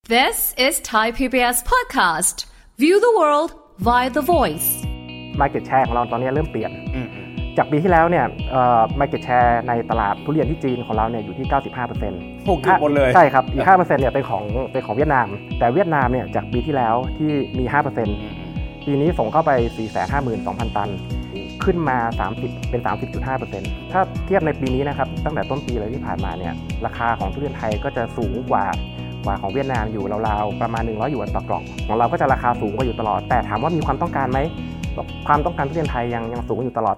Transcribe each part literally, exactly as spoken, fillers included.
This is Thai พี บี เอส podcast. View the world via the voice. Market share ของเราตอนนี้เริ่มเปลี่ยนจากปีที่แล้วเนี่ยเอ่อ Market share ในตลาดทุเรียนที่จีนของเราเนี่ยอยู่ที่ เก้าสิบห้าเปอร์เซ็นต์โอ้เกือบหมดเลยใช่ครับอีก ห้าเปอร์เซ็นต์ เนี่ยเป็นของเป็นของเวียดนามแต่เวียดนามเนี่ยจากปีที่แล้วที่มี ห้าเปอร์เซ็นต์ ปีนี้ส่งเข้าไป สี่แสนห้าหมื่นสองพัน ตันขึ้นมาสามสิบเป็น สามสิบจุดห้าเปอร์เซ็นต์ ถ้าเทียบในปีนี้นะครับตั้งแต่ต้นปีเลยที่ผ่านมาเนี่ยราคาของทุเรียนไทยก็จะสูงกว่ากว่าของเวียดนามอยู่ราวๆประมาณหนึ่งร้อยหยวนต่อกล่องของเราก็จะราคาสูงกว่าอยู่ตลอดแต่ถามว่ามีความต้องการไหมความต้องการทุเรียนไทยยังยังสูงอยู่ตลอด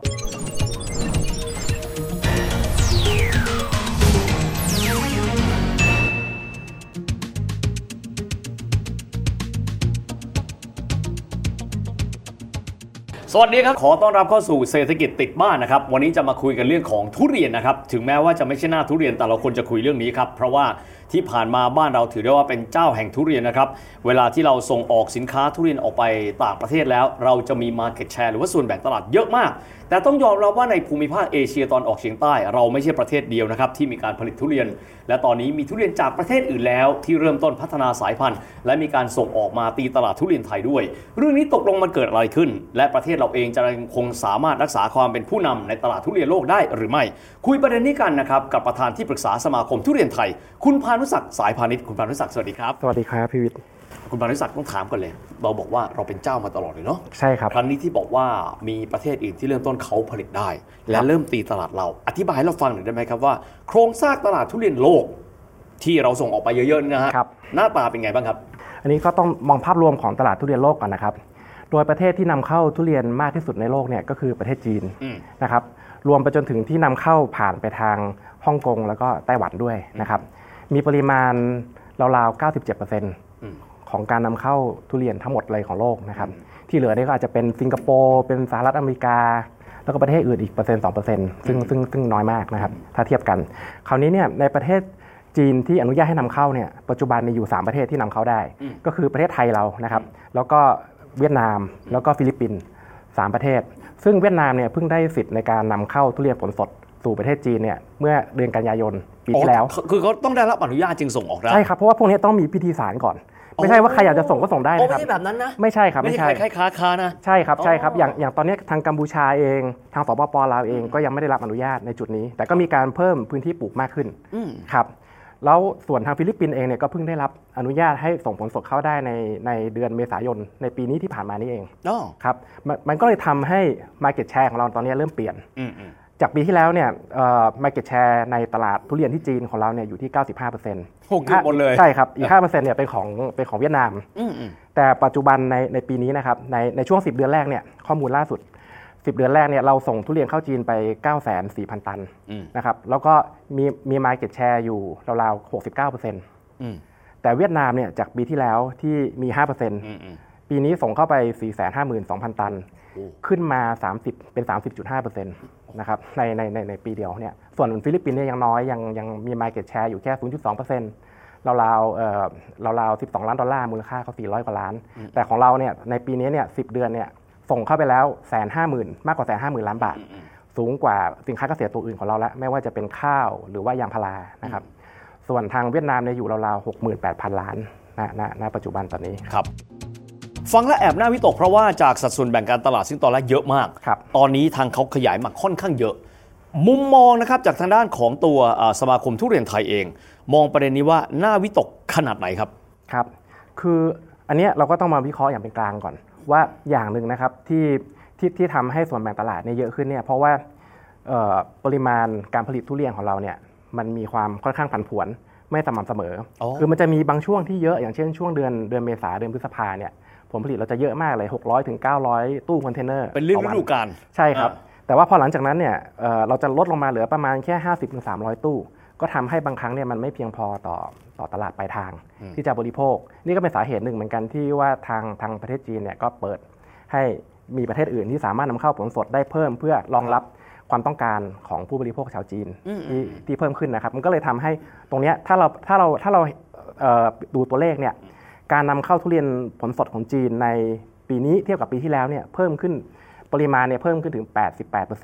สวัสดีครับขอต้อนรับเข้าสู่เศรษฐกิจติดบ้านนะครับวันนี้จะมาคุยกันเรื่องของทุเรียนนะครับถึงแม้ว่าจะไม่ใช่หน้าทุเรียนแต่เราควรจะคุยเรื่องนี้ครับเพราะว่าที่ผ่านมาบ้านเราถือได้ว่าเป็นเจ้าแห่งทุเรียนนะครับเวลาที่เราส่งออกสินค้าทุเรียนออกไปต่างประเทศแล้วเราจะมี market share หรือว่าส่วนแบ่งตลาดเยอะมากแต่ต้องยอมรับว่าในภูมิภาคเอเชียตอนออกเฉียงใต้เราไม่ใช่ประเทศเดียวนะครับที่มีการผลิตทุเรียนและตอนนี้มีทุเรียนจากประเทศอื่นแล้วที่เริ่มต้นพัฒนาสายพันธุ์และมีการส่งออกมาตีตลาดทุเรียนไทยด้วยเรื่องนี้ตกลงมันเกิดอะไรขึ้นและประเทศเราเองจะยังคงสามารถรักษาความเป็นผู้นำในตลาดทุเรียนโลกได้หรือไม่คุยประเด็นนี้กันนะครับกับประธานที่ปรึกษาสมาคมทุเรียนไทยคุณพานุศักดิ์สายพาณิชย์คุณพานุศักดิ์สวัสดีครับสวัสดีครับพี่วิทย์คุณพานุศักดิ์ต้องถามก่อนเลยเราบอกว่าเราเป็นเจ้ามาตลอดเลยเนาะใช่ครับครั้งนี้ที่บอกว่ามีประเทศอื่นที่เริ่มต้นเขาผลิตได้และเริ่มตีตลาดเราอธิบายให้เราฟังหน่อยได้ไหมครับว่าโครงสร้างตลาดทุเรียนโลกที่เราส่งออกไปเยอะๆนะฮะหน้าตาเป็นไงบ้างครับอันนี้ก็ต้องมองภาพรวมของตลาดทุเรียนโลกก่อนนะครับโดยประเทศที่นำเข้าทุเรียนมากที่สุดในโลกเนี่ยก็คือประเทศจีนนะครับรวมไปจนถึงที่นำเข้าผ่านไปทางฮ่องกงแล้วก็ไต้หวันด้วยนะครับมีปริมาณราวๆ เก้าสิบเจ็ดเปอร์เซ็นต์ ของการนำเข้าทุเรียนทั้งหมดเลยของโลกนะครับที่เหลือนี่ก็อาจจะเป็นสิงคโปร์เป็นสหรัฐอเมริกาแล้วก็ประเทศอื่นอีกเปอร์เซ็นต์ สองเปอร์เซ็นต์ ซึ่งซึ่งซึ่งน้อยมากนะครับถ้าเทียบกันคราวนี้เนี่ยในประเทศจีนที่อนุญาตให้นำเข้าเนี่ยปัจจุบันมีอยู่สามประเทศที่นำเข้าได้ก็คือประเทศไทยเรานะครับแล้วก็เวียดนามแล้วก็ฟิลิปปินส์สามประเทศซึ่งเวียดนามเนี่ยเพิ่งได้สิทธิ์ในการนำเข้าทุเรียนผลสดสู่ประเทศจีนเนี่ยเมื่อเดือนกันยายนปีที่แล้วคือเขาต้องได้รับอนุญาตจึงส่งออกได้ใช่ครับเพราะว่าพวกนี้ต้องมีพิธีศาลก่อนไม่ใช่ว่าใครอยากจะส่งก็ส่งได้นะครับไม่ใช่แบบนั้นนะไม่ใช่ครับไม่ใช่ใครค้าค้านะใช่ครับใช่ครับอย่างอย่างตอนนี้ทางกัมพูชาเองทางสปป.ลาวเองก็ยังไม่ได้รับอนุญาตในจุดนี้แต่ก็มีการเพิ่มพื้นที่ปลูกมากขึ้นครับแล้วส่วนทางฟิลิปปินส์เองเนี่ยก็เพิ่งได้รับอนุญาตให้ส่งผลสดเข้าได้ในในเดือนเมษายนในปีนี้ที่ผ่านมานี้เองครับมันก็เลยทำให้ market share ของเราตอนนี้เริ่มเปลี่ยนจากปีที่แล้วเนี่ยเอ่อ market share ในตลาดทุเรียนที่จีนของเราเนี่ยอยู่ที่ เก้าสิบห้าเปอร์เซ็นต์โอ้เกือบหมดเลยใช่ครับอีก ห้าเปอร์เซ็นต์ เนี่ยเป็นของเป็นของเวียดนามแต่ปัจจุบันในในปีนี้นะครับในในช่วงสิบเดือนแรกเนี่ยข้อมูลล่าสุดสิบเดือนแรกเนี่ยเราส่งทุเรียนเข้าจีนไป เก้าแสนสี่พัน ตันนะครับแล้วก็มีมี market share อยู่ราวๆ หกสิบเก้าเปอร์เซ็นต์ แต่เวียดนามเนี่ยจากปีที่แล้วที่มี ห้าเปอร์เซ็นต์ ปีนี้ส่งเข้าไป สี่แสนห้าหมื่นสองพัน ตันขึ้นมาสามสิบเป็น สามสิบจุดห้าเปอร์เซ็นต์ นะครับในในในในปีเดียวเนี่ยส่วนฟิลิปปินส์เนี่ยยังน้อยยังยังมี market share อยู่แค่ ศูนย์จุดสองเปอร์เซ็นต์ ราวๆเอ่อราวๆสิบสองล้านดอลลาร์มูลค่าเขาสี่ร้อยกว่าล้านแต่ของเราเนี่ยในปีนี้เนี่ยสิบเดือนเนี่ยส่งเข้าไปแล้ว หนึ่งแสนห้าหมื่น มากกว่า หนึ่งแสนห้าหมื่น ล้านบาทสูงกว่าสินค้าเกษตรตัวอื่นของเราแล้วไม่ว่าจะเป็นข้าวหรือว่ายางพารานะครับส่วนทางเวียดนามเนี่ยอยู่ราวๆ หกหมื่นแปดพัน ล้านณณณปัจจุบันตอนนี้ครับฟังและแอบน่าวิตกเพราะว่าจากสัดส่วนแบ่งการตลาดซึ่งตอนแรกเยอะมากตอนนี้ทางเขาขยายมาค่อนข้างเยอะมุมมองนะครับจากทางด้านของตัวสมาคมทุเรียนไทยเองมองประเด็นนี้ว่าน่าวิตกขนาดไหนครับครับคืออันนี้เราก็ต้องมาวิเคราะห์อย่างเป็นกลางก่อนว่าอย่างหนึ่งนะครับที่ที่ที่ทำให้ส่วนแบ่งตลาดเนี่ยเยอะขึ้นเนี่ยเพราะว่าปริมาณการผลิตทุเรียนของเราเนี่ยมันมีความค่อนข้างผันผวนไม่สม่ำเสมอ oh. คือมันจะมีบางช่วงที่เยอะอย่างเช่นช่วงเดือนเดือนเมษาเดือนพฤษภาเนี่ยผลผลิตเราจะเยอะมากเลยหกร้อยถึงเก้าร้อยตู้คอนเทนเนอร์เป็นเรื่องฤดูกาลใช่ครับแต่ว่าพอหลังจากนั้นเนี่ยเราจะลดลงมาเหลือประมาณแค่ห้าสิบถึงสามร้อยตู้ก็ทำให้บางครั้งเนี่ยมันไม่เพียงพอต่อต่อตลาดปลายทางที่จะบริโภคนี่ก็เป็นสาเหตุหนึ่งเหมือนกันที่ว่าทางทางประเทศจีนเนี่ยก็เปิดให้มีประเทศอื่นที่สามารถนำเข้าผลสดได้เพิ่มเพื่อรองรับความต้องการของผู้บริโภคชาวจีนที่ที่เพิ่มขึ้นนะครับมันก็เลยทำให้ตรงนี้ถ้าเราถ้าเราถ้าเราดูตัวเลขเนี่ยการนำเข้าทุเรียนผลสดของจีนในปีนี้เทียบกับปีที่แล้วเนี่ยเพิ่มขึ้นปริมาณเนี่ยเพิ่มขึ้นถึง แปดสิบแปดเปอร์เซ็นต์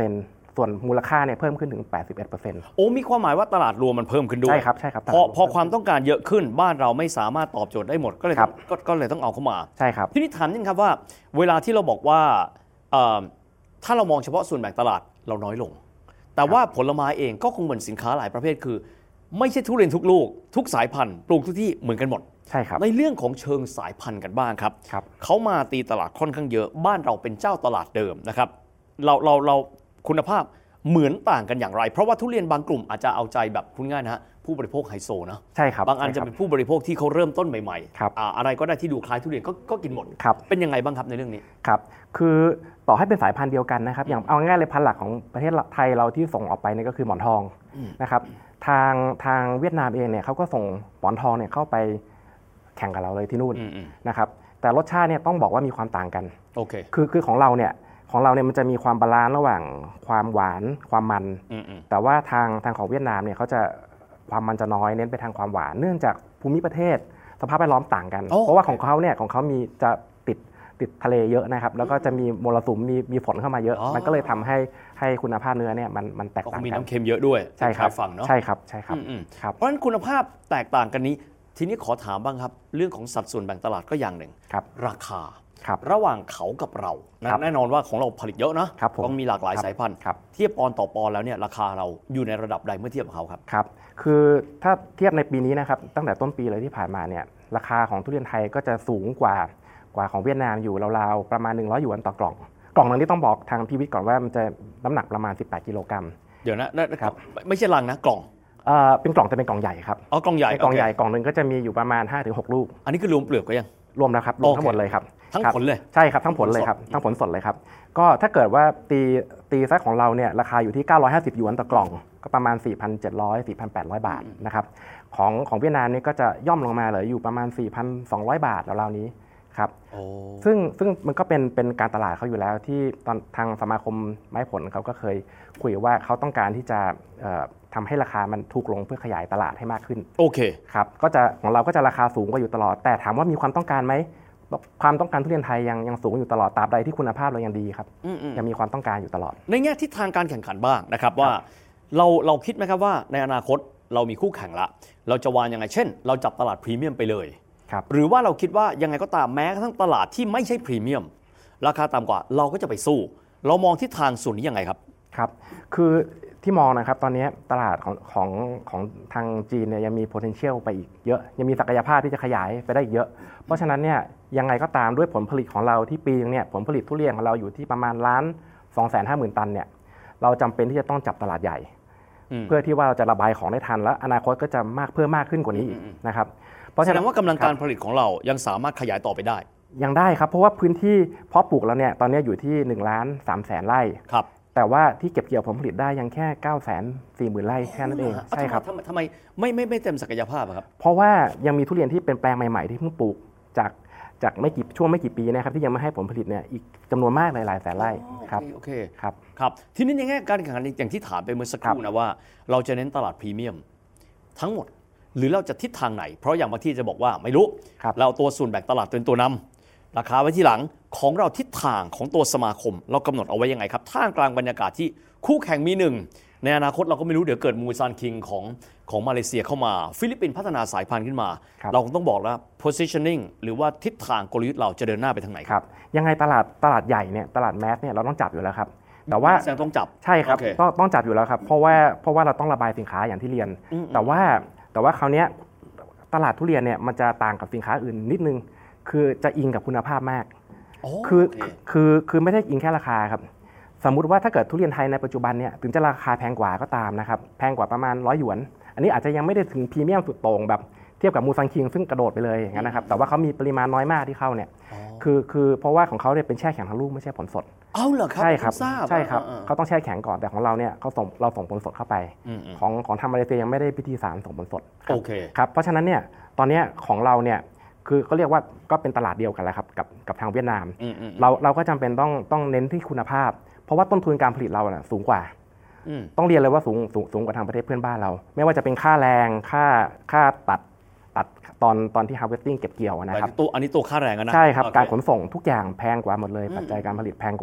ส่วนมูลค่าเนี่ยเพิ่มขึ้นถึง แปดสิบเอ็ดเปอร์เซ็นต์โอ้มีความหมายว่าตลาดรวมมันเพิ่มขึ้นด้วยใช่ครับใช่ครับพอพอความต้องการเยอะขึ้นบ้านเราไม่สามารถตอบโจทย์ได้หมดก็เลยก็ก็เลยต้องเอาเข้ามาใช่ครับทีนี้ถามนิดนึงครับว่าเวลาที่เราบอกว่าถ้าเรามองเฉพาะส่วนแบ่งตลาดเราน้อยลงแต่ว่าผลไม้เองก็คงเหมือนสินค้าหลายประเภทคือไม่ใช่ทุเรียนทุกลูกทุกสายพันธุ์ปลูกทุกที่เหมือนกันหมดใช่ครับในเรื่องของเชิงสายพันธุ์กันบ้างครับเขามาตีตลาดค่อนข้างเยอะบ้านเราเป็นเจ้าตลาดเดิมนะครับเราเราเราคุณภาพเหมือนต่างกันอย่างไรเพราะว่าทุเรียนบางกลุ่มอาจจะเอาใจแบบพูดง่ายนะฮะผู้บริโภคไฮโซนะใช่ครับบางอันจะเป็นผู้บริโภคที่เขาเริ่มต้นใหม่ๆ อ, อะไรก็ได้ที่ดูคล้ายทุเรียน ก, ก็กินหมดเป็นยังไงบ้างครับในเรื่องนี้ครับคือต่อให้เป็นสายพันธุ์เดียวกันนะครับอย่างเอาง่ายเลยพันธุ์หลักของประเทศไทยเราที่ส่งออกไปนี่ก็คือหมอนทองนะครับทางทางเวียดนามเองเนี่ยเขาก็ส่งหมอนทองเนี่ยเข้าไปแข่งกับเราเลยที่นู่นนะครับแต่รสชาติเนี่ยต้องบอกว่ามีความต่างกันโอเคคือคือของเราเนี่ยของเราเนี่ยมันจะมีความบาลานซ์ระหว่างความหวานความมันแต่ว่าทางทางของเวียดนามเนี่ยเขาจะความมันจะน้อยเน้นไปทางความหวานเนื่องจากภูมิประเทศสภาพแวดล้อมต่างกันเพราะว่าของเขาเนี่ยของเขามีจะติดติดทะเลเยอะนะครับแล้วก็จะมีมรสุมมีมีฝนเข้ามาเยอะมันก็เลยทำให้ให้คุณภาพเนื้อเนี่ยมันมันแตกต่างกันมีน้ำเค็มเยอะด้วยใช่ครับฝั่งเนาะใช่ครับใช่ครับเพราะฉะนั้นคุณภาพแตกต่างกันนี้ทีนี้ขอถามบ้างครับเรื่องของสัดส่วนแบ่งตลาดก็อย่างหนึ่งราคาระหว่างเขากับเราแน่นอนว่าของเราผลิตเยอะนะต้องมีหลากหลายสายพันธุ์เทียบปอนต่อปอนแล้วเนี่ยราคาเราอยู่ในระดับใดเมื่อเทียบกับเขาครับครับคือถ้าเทียบในปีนี้นะครับตั้งแต่ต้นปีเลยที่ผ่านมาเนี่ยราคาของทุเรียนไทยก็จะสูงกว่ากว่าของเวียดนามอยู่ราวๆประมาณหนึ่งร้อยหยวนต่อกล่องกล่องนึงที่ต้องบอกทางพี่วิทย์ก่อนว่ามันจะน้ำหนักประมาณสิบแปดกิโลกรัมเดี๋ยวนะครับไม่ใช่ลังนะกล่องเอ่อเป็นกล่องแต่เป็นกล่องใหญ่ครับอ๋อกล่องใหญ่กล่องใหญ่กล่องนึงก็จะมีอยู่ประมาณ ห้าถึงหก ลูกอันนี้คือรวมเปลือกก็ยังรวมแล้วครับรวมทั้งหมดเลยครับทั้งผลเลยใช่ครับทั้งผลเลยครับทั้งผลสดเลยครับก็ถ้าเกิดว่าตีตีไซส์ของเราเนี่ยราคาอยู่ที่เก้าร้อยห้าสิบหยวนต่อกล่องก็ประมาณ สี่พันเจ็ดร้อย สี่พันแปดร้อย บาทนะครับของของเวียดนามนี่ก็จะย่อมลงมาเหลืออยู่ประมาณ สี่พันสองร้อย บาทราวๆนี้ครับซึ่งซึ่งมันก็เป็นเป็นการตลาดเขาอยู่แล้วที่ตอนทางสมาคมไม้ผลเขาก็เคยคุยว่าเขาต้องการที่จะทำให้ราคามันถูกลงเพื่อขยายตลาดให้มากขึ้นโอเคครับก็จะของเราก็จะราคาสูงกว่าอยู่ตลอดแต่ถามว่ามีความต้องการไหมความต้องการทุเรียนไทยยังยังสูงอยู่ตลอดตราบใดที่คุณภาพเรายังดีครับยังมีความต้องการอยู่ตลอดในแง่ทิศทางการแข่งขันบ้างนะครับว่าเราเราคิดไหมครับว่าในอนาคตเรามีคู่แข่งละเราจะวางยังไงเช่นเราจับตลาดพรีเมียมไปเลยหรือว่าเราคิดว่ายังไงก็ตามแม้กระทั่งตลาดที่ไม่ใช่พรีเมียมราคาต่ำกว่าเราก็จะไปสู้เรามองทิศทางส่วนนี้ยังไงครับครับคือที่มองนะครับตอนนี้ตลาดของของของทางจีนเนี่ยยังมี potential ไปอีกเยอะยังมีศักยภาพที่จะขยายไปได้อีกเยอะเพราะฉะนั้นเนี่ยยังไงก็ตามด้วยผลผลิตของเราที่ปีนึงเนี่ยผลผลิตทุเรียนของเราอยู่ที่ประมาณล้านสองแสนห้าหมื่นตันเนี่ยเราจำเป็นที่จะต้องจับตลาดใหญ่เพื่อที่ว่าเราจะระบายของได้ทันและอนาคตก็จะมากเพิ่มมากขึ้นกว่านี้อีกนะครับเพราะฉะนั้นว่ากำลังการผลิตของเรายังสามารถขยายต่อไปได้ยังได้ครับเพราะว่าพื้นที่เพาะปลูกเราเนี่ยตอนนี้อยู่ที่หนึ่งล้านสามแสนไร่ครับแต่ว่าที่เก็บเกี่ยวผลผลิตได้ยังแค่ เก้าแสนสี่หมื่น ไร่แค่นั้นเองใช่ครับทำไมไม่ไม่ไม่เต็มศักยภาพครับเพราะว่ายังมีทุเรียนที่เป็นแปลงใหม่ๆที่เพิ่งปลูกจากจากไม่กี่ช่วงไม่กี่ปีนะครับที่ยังไม่ให้ผลผลิตเนี่ยอีกจำนวนมากหลายๆแสนไร่ครับโอเคครับครับทีนี้ในแง่การแข่งขันอย่างที่ถามไปเมื่อสักครู่นะว่าเราจะเน้นตลาดพรีเมียมทั้งหมดหรือเราจะทิศทางไหนเพราะอย่างบางที่จะบอกว่าไม่รู้เราตัวส่วนแบ่งตลาดเป็นตัวนำราคาไว้ที่หลังของเราทิศทางของตัวสมาคมเรากำหนดเอาไว้ยังไงครับท่ามกลางบรรยากาศที่คู่แข่งมีหนึ่งในอนาคตเราก็ไม่รู้เดี๋ยวเกิดมูซานคิงของของมาเลเซียเข้ามาฟิลิปปินส์พัฒนาสายพันธุ์ขึ้นมาเราคงต้องบอกแล้ว positioning หรือว่าทิศทางกลยุทธ์เราจะเดินหน้าไปทางไหนครับยังไงตลาดตลาดใหญ่เนี่ยตลาดแมสเนี่ยเราต้องจับอยู่แล้วครับแต่ว่าต้องจับใช่ครับต้องต้องจับอยู่แล้วครับเพราะว่าเพราะว่าเราต้องระบายสินค้าอย่างที่เรียนแต่ว่าแต่ว่าคราวนี้ตลาดทุเรียนเนี่ยมันจะต่างกับสินค้าอื่นนิดนึงคือจะอิงกับคุณภาพมากคือคือคือไม่ได้อิงแค่ราคาครับสมมุติว่าถ้าเกิดทุเรียนไทยในปัจจุบันเนี่ยถึงจะราคาแพงกว่าก็ตามนะครับแพงกว่าประมาณร้อยหยวนอันนี้อาจจะยังไม่ได้ถึงพรีเมียมสุดโต่งแบบเทียบกับมูซังคิงซึ่งกระโดดไปเลยอย่างนั้นนะครับแต่ว่าเขามีปริมาณน้อยมากที่เข้าเนี่ยคือคือเพราะว่าของเขาเนี่ยเป็นแช่แข็งทั้งลูกไม่ใช่ผลสดเอาเหรอครับใช่ครับใช่ครับเขาต้องแช่แข็งก่อนแต่ของเราเนี่ยเขาส่งเราส่งผลสดเข้าไปของของทางมาเลเซียยังไม่ได้พิธีสารส่งผลสดโอเคครับเพราะฉะนั้นเนี่ยตอนนี้ของเราเนี่ยคือเขาเรียกว่าก็เป็นตลาดเดียวกันแหละครับกับกับทางเวียดนามเราเราก็จำเป็นต้องต้องเน้นที่คุณภาพเพราะว่าต้นทุนการผลิตเราน่ะสูงกว่าต้องเรียนเลยว่าสูงสูงสูงกว่าทางประเทศเพื่อนบ้านเราไม่ว่าจะเป็นค่าแรงค่าค่าตัดตัดตอนตอนที่ harvesting เก็บเกี่ยวนะครับตัวอันนี้ตัวค่าแรงนะใช่ครับการขนส่งทุกอย่างแพงกว่าหมดเลยปัจจัยการผลิตแพงกว่า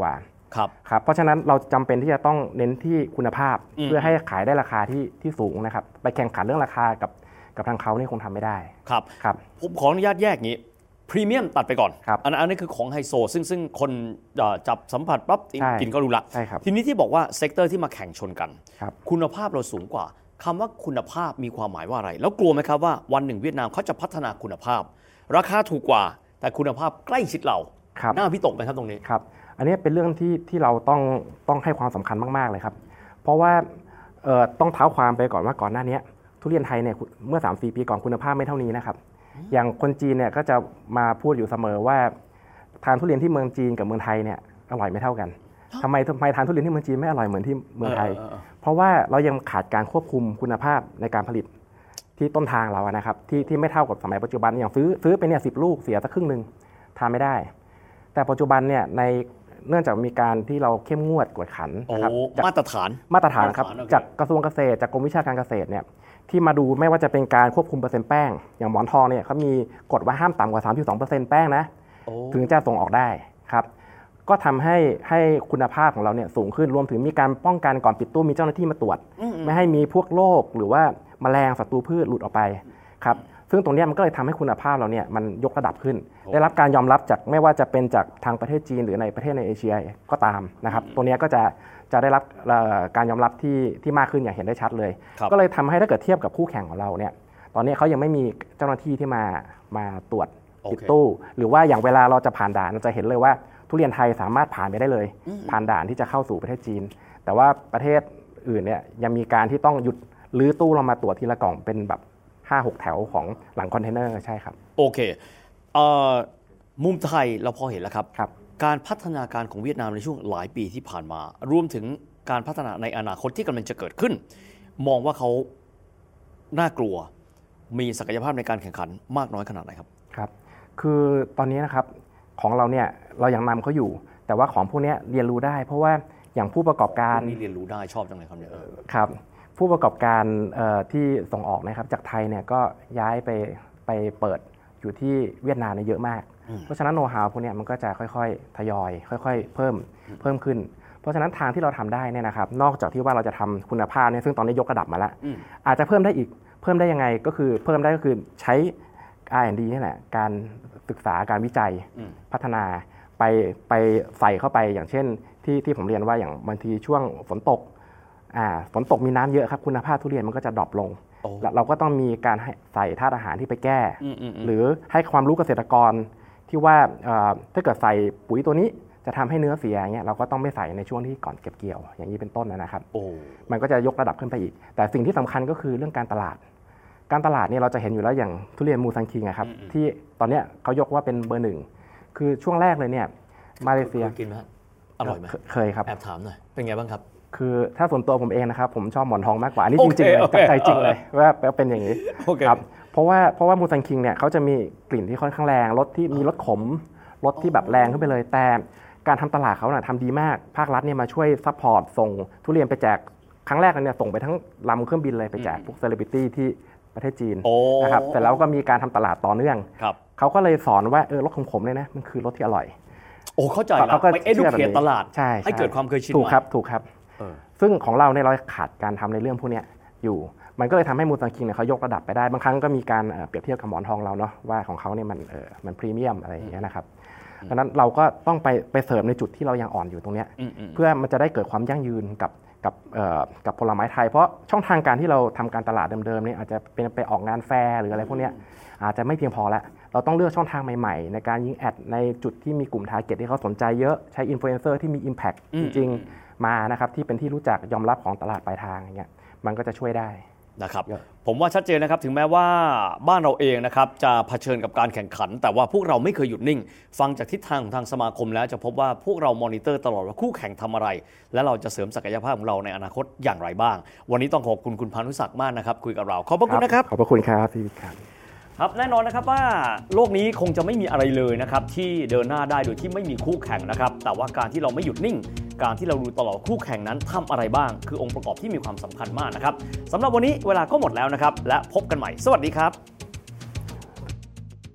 ครับครับเพราะฉะนั้นเราจำเป็นที่จะต้องเน้นที่คุณภาพเพื่อให้ขายได้ราคาที่ที่สูงนะครับไปแข่งขันเรื่องราคากับกับทางเขานี่คงทำไม่ได้ครับครับผมขออนุญาตแยกงี้พรีเมียมตัดไปก่อนอันนั้นอันนี้คือของไฮโซซึ่งซึ่งคนจับสัมผัสปั๊บกินก็รู้ละทีนี้ที่บอกว่าเซกเตอร์ที่มาแข่งชนกันคุณภาพเราสูงกว่าคำว่าคุณภาพมีความหมายว่าอะไรแล้วกลัวไหมครับว่าวันหนึ่งเวียดนามเขาจะพัฒนาคุณภาพราคาถูกกว่าแต่คุณภาพใกล้ชิดเราหน้าพิตกไหมครับตรงนี้ครับอันนี้เป็นเรื่องที่ที่เราต้องต้องให้ความสำคัญมากๆเลยครับเพราะว่าต้องเท้าความไปก่อนว่าก่อนหน้านี้ทุเรียนไทยเนี่ยเมื่อ สามสี่ ปีก่อนคุณภาพไม่เท่านี้นะครับอย่างคนจีนเนี่ยก็จะมาพูดอยู่เสมอว่าทานทุเรียนที่เมืองจีนกับเมืองไทยเนี่ยอร่อยไม่เท่ากันทำไมทำไมทานทุเรียนที่เมืองจีนไม่อร่อยเหมือนที่เมืองไทยเพราะว่าเรายังขาดการควบคุมคุณภาพในการผลิตที่ต้นทางเรานะครับที่ที่ไม่เท่ากับสมัยปัจจุบันอย่างซื้อซื้อไปเนี่ยสิบลูกเสียสักครึ่งนึงทานไม่ได้แต่ปัจจุบันเนี่ยในเนื่องจากมีการที่เราเข้มงวดกวดขันนะครับมาตรฐานมาตรฐานครับจากกระทรวงเกษตรจากกรมวิชาการเกษตรเนี่ยที่มาดูไม่ว่าจะเป็นการควบคุมเปอร์เซ็นต์แป้งอย่างหมอนทองเนี่ยเขามีกฎว่าห้ามต่ำกว่า สามสิบสองเปอร์เซ็นต์ แป้งนะถึงจะส่งออกได้ครับก็ทำให้ให้คุณภาพของเราเนี่ยสูงขึ้นรวมถึงมีการป้องกันก่อนปิดตู้มีเจ้าหน้าที่มาตรวจไม่ให้มีพวกโรคหรือว่าแมลงศัตรูพืชหลุดออกไปครับซึ่งตรงนี้มันก็เลยทำให้คุณภาพเราเนี่ยมันยกระดับขึ้นได้รับการยอมรับจากไม่ว่าจะเป็นจากทางประเทศจีนหรือในประเทศในเอเชียก็ตามนะครับตัวนี้ก็จะจะได้รับการยอมรับที่ที่มากขึ้นอย่างเห็นได้ชัดเลยก็เลยทำให้ถ้าเกิดเทียบกับคู่แข่งของเราเนี่ยตอนนี้เขายังไม่มีเจ้าหน้าที่ที่มามาตรวจปิดตู้หรือว่าอย่างเวลาเราจะผ่านด่านเราจะเห็นเลยว่าทุเรียนไทยสามารถผ่านไปได้เลยผ่านด่านที่จะเข้าสู่ประเทศจีนแต่ว่าประเทศอื่นเนี่ยยังมีการที่ต้องหยุดลื้อตู้เรามาตรวจทีละกล่องเป็นแบบ ห้าหก แถวของหลังคอนเทนเนอร์ใช่ครับโอเคมุมไทยเราพอเห็นแล้วครับการพัฒนาการของเวียดนามในช่วงหลายปีที่ผ่านมารวมถึงการพัฒนาในอนาคตที่กำลังจะเกิดขึ้นมองว่าเขาน่ากลัวมีศักยภาพในการแข่งขันมากน้อยขนาดไหนครับครับคือตอนนี้นะครับของเราเนี่ยเรายังนำเขาอยู่แต่ว่าของพวกนี้เรียนรู้ได้เพราะว่าอย่างผู้ประกอบการนี่เรียนรู้ได้ชอบจังเลยครับเนี่ยครับผู้ประกอบการที่ส่งออกนะครับจากไทยเนี่ยก็ย้ายไปไปเปิดอยู่ที่เวียดนามเนี่ยเยอะมากเพราะฉะนั้นโน้ตฮาวพวกนี้มันก็จะค่อยๆทยอยค่อยๆเพิ่มเพิ่มขึ้นเพราะฉะนั้นทางที่เราทำได้เนี่ยนะครับนอกจากที่ว่าเราจะทำคุณภาพเนี่ยซึ่งตอนนี้ยกระดับมาแล้วอาจจะเพิ่มได้อีกเพิ่มได้ยังไงก็คือเพิ่มได้ก็คือใช้ อาร์ แอนด์ ดี นี่แหละการศึกษาการวิจัยพัฒนาไปไปใส่เข้าไปอย่างเช่นที่ที่ผมเรียนว่าอย่างบางทีช่วงฝนตกอ่าฝนตกมีน้ำเยอะครับคุณภาพทุเรียนมันก็จะดรอปลงเราก็ต้องมีการใส่ธาตุอาหารที่ไปแก้หรือให้ความรู้เกษตรกรที่ว่าถ้าเกิดใส่ปุ๋ยตัวนี้จะทำให้เนื้อเสียอย่างเงี้ยเราก็ต้องไม่ใส่ในช่วงที่ก่อนเก็บเกี่ยวอย่างนี้เป็นต้นนะครับมันก็จะยกระดับขึ้นไปอีกแต่สิ่งที่สำคัญก็คือเรื่องการตลาดการตลาดเนี่ยเราจะเห็นอยู่แล้วอย่างทุเรียนมูซังคิงครับที่ตอนนี้เขายกว่าเป็นเบอร์หนึ่งคือช่วงแรกเลยเนี่ยมาเลเซียกินไหมอร่อยไหมเคยครับแอบถามหน่อยเป็นไงบ้างครับคือถ้าส่วนตัวผมเองนะครับผมชอบหมอนทองมากกว่าอันนี้จริงๆเลยจากใจจริงเลยว่าเป็นอย่างนี้ครับเพราะว่าเพราะว่ามูซังคิงเนี่ยเขาจะมีกลิ่นที่ค่อนข้างแรงรสที่มีรสขมรสที่แบบแรงขึ้นไปเลยแต่การทำตลาดเขาเนี่ยทำดีมากภาครัฐเนี่ยมาช่วยซัพพอร์ตส่งทุเรียนไปแจกครั้งแรกเนี่ยส่งไปทั้งลำเครื่องบินเลยไปแจกพวกเซเลบริตี้ที่ประเทศจีนนะครับแต่แล้วก็มีการทำตลาดต่อเนื่องเขาก็เลยสอนว่าเออรสขมๆเนี่ยนะมันคือรสที่อร่อยโอ้เข้าใจแล้วไปเอดูเคทตลาดให้เกิดความเคยชินถูกครับถูกครับซึ่งของเราเนี่ยเราขาดการทำในเรื่องพวกนี้อยู่มันก็เลยทำให้มูซังคิงเนี่ยเขายกระดับไปได้บางครั้งก็มีการเปรียบเทียบกับหมอนทองเราเนาะว่าของเขาเนี่ยมันเออมันพรีเมียมอะไรอย่างเงี้ยนะครับดังนั้นเราก็ต้องไปไปเสริมในจุดที่เรายังอ่อนอยู่ตรงนี้เพื่อมันจะได้เกิดความยั่งยืนกับกับกับผลไม้ไทยเพราะช่องทางการที่เราทำการตลาดเดิมๆเนี่ยอาจจะเป็นไปออกงานแฟร์หรืออะไรพวกนี้อาจจะไม่เพียงพอแล้วเราต้องเลือกช่องทางใหม่ๆในการยิงแอดในจุดที่มีกลุ่มทาร์เก็ตที่เขาสนใจเยอะใช้อินฟลูเอนเซอร์ที่มี impact จริงๆมานะครับที่เป็นที่รู้จักยอมรับของตลาดปลายทางอย่างเงี้ยมันก็จะช่วยได้นะครับผมว่าชัดเจนนะครับถึงแม้ว่าบ้านเราเองนะครับจะเผชิญกับการแข่งขันแต่ว่าพวกเราไม่เคยหยุดนิ่งฟังจากทิศทางของทางสมาคมแล้วจะพบว่าพวกเรามอนิเตอร์ตลอดว่าคู่แข่งทำอะไรและเราจะเสริมศักยภาพของเราในอนาคตอย่างไรบ้างวันนี้ต้องขอบคุณคุณพานุศักดิ์มากนะครับคุยกับเราขอบพระคุณนะครับขอบพระคุณครับพี่วิทย์ครับครับแน่นอนนะครับว่าโลกนี้คงจะไม่มีอะไรเลยนะครับที่เดินหน้าได้โดยที่ไม่มีคู่แข่งนะครับแต่ว่าการที่เราไม่หยุดนิ่งการที่เราดูตลอดคู่แข่งนั้นทำอะไรบ้างคือองค์ประกอบที่มีความสำคัญมากนะครับสำหรับวันนี้เวลาก็หมดแล้วนะครับและพบกันใหม่สวัสดี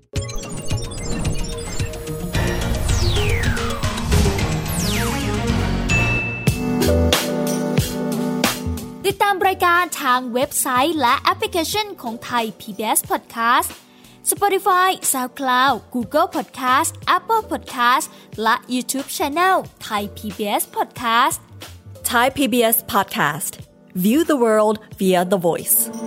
ครับทางเว็บไซต์และแอปพลิเคชันของไทย พี บี เอส Podcast Spotify, SoundCloud, Google Podcast, Apple Podcast และ YouTube Channel Thai พี บี เอส Podcast Thai พี บี เอส Podcast. View the world via the voice.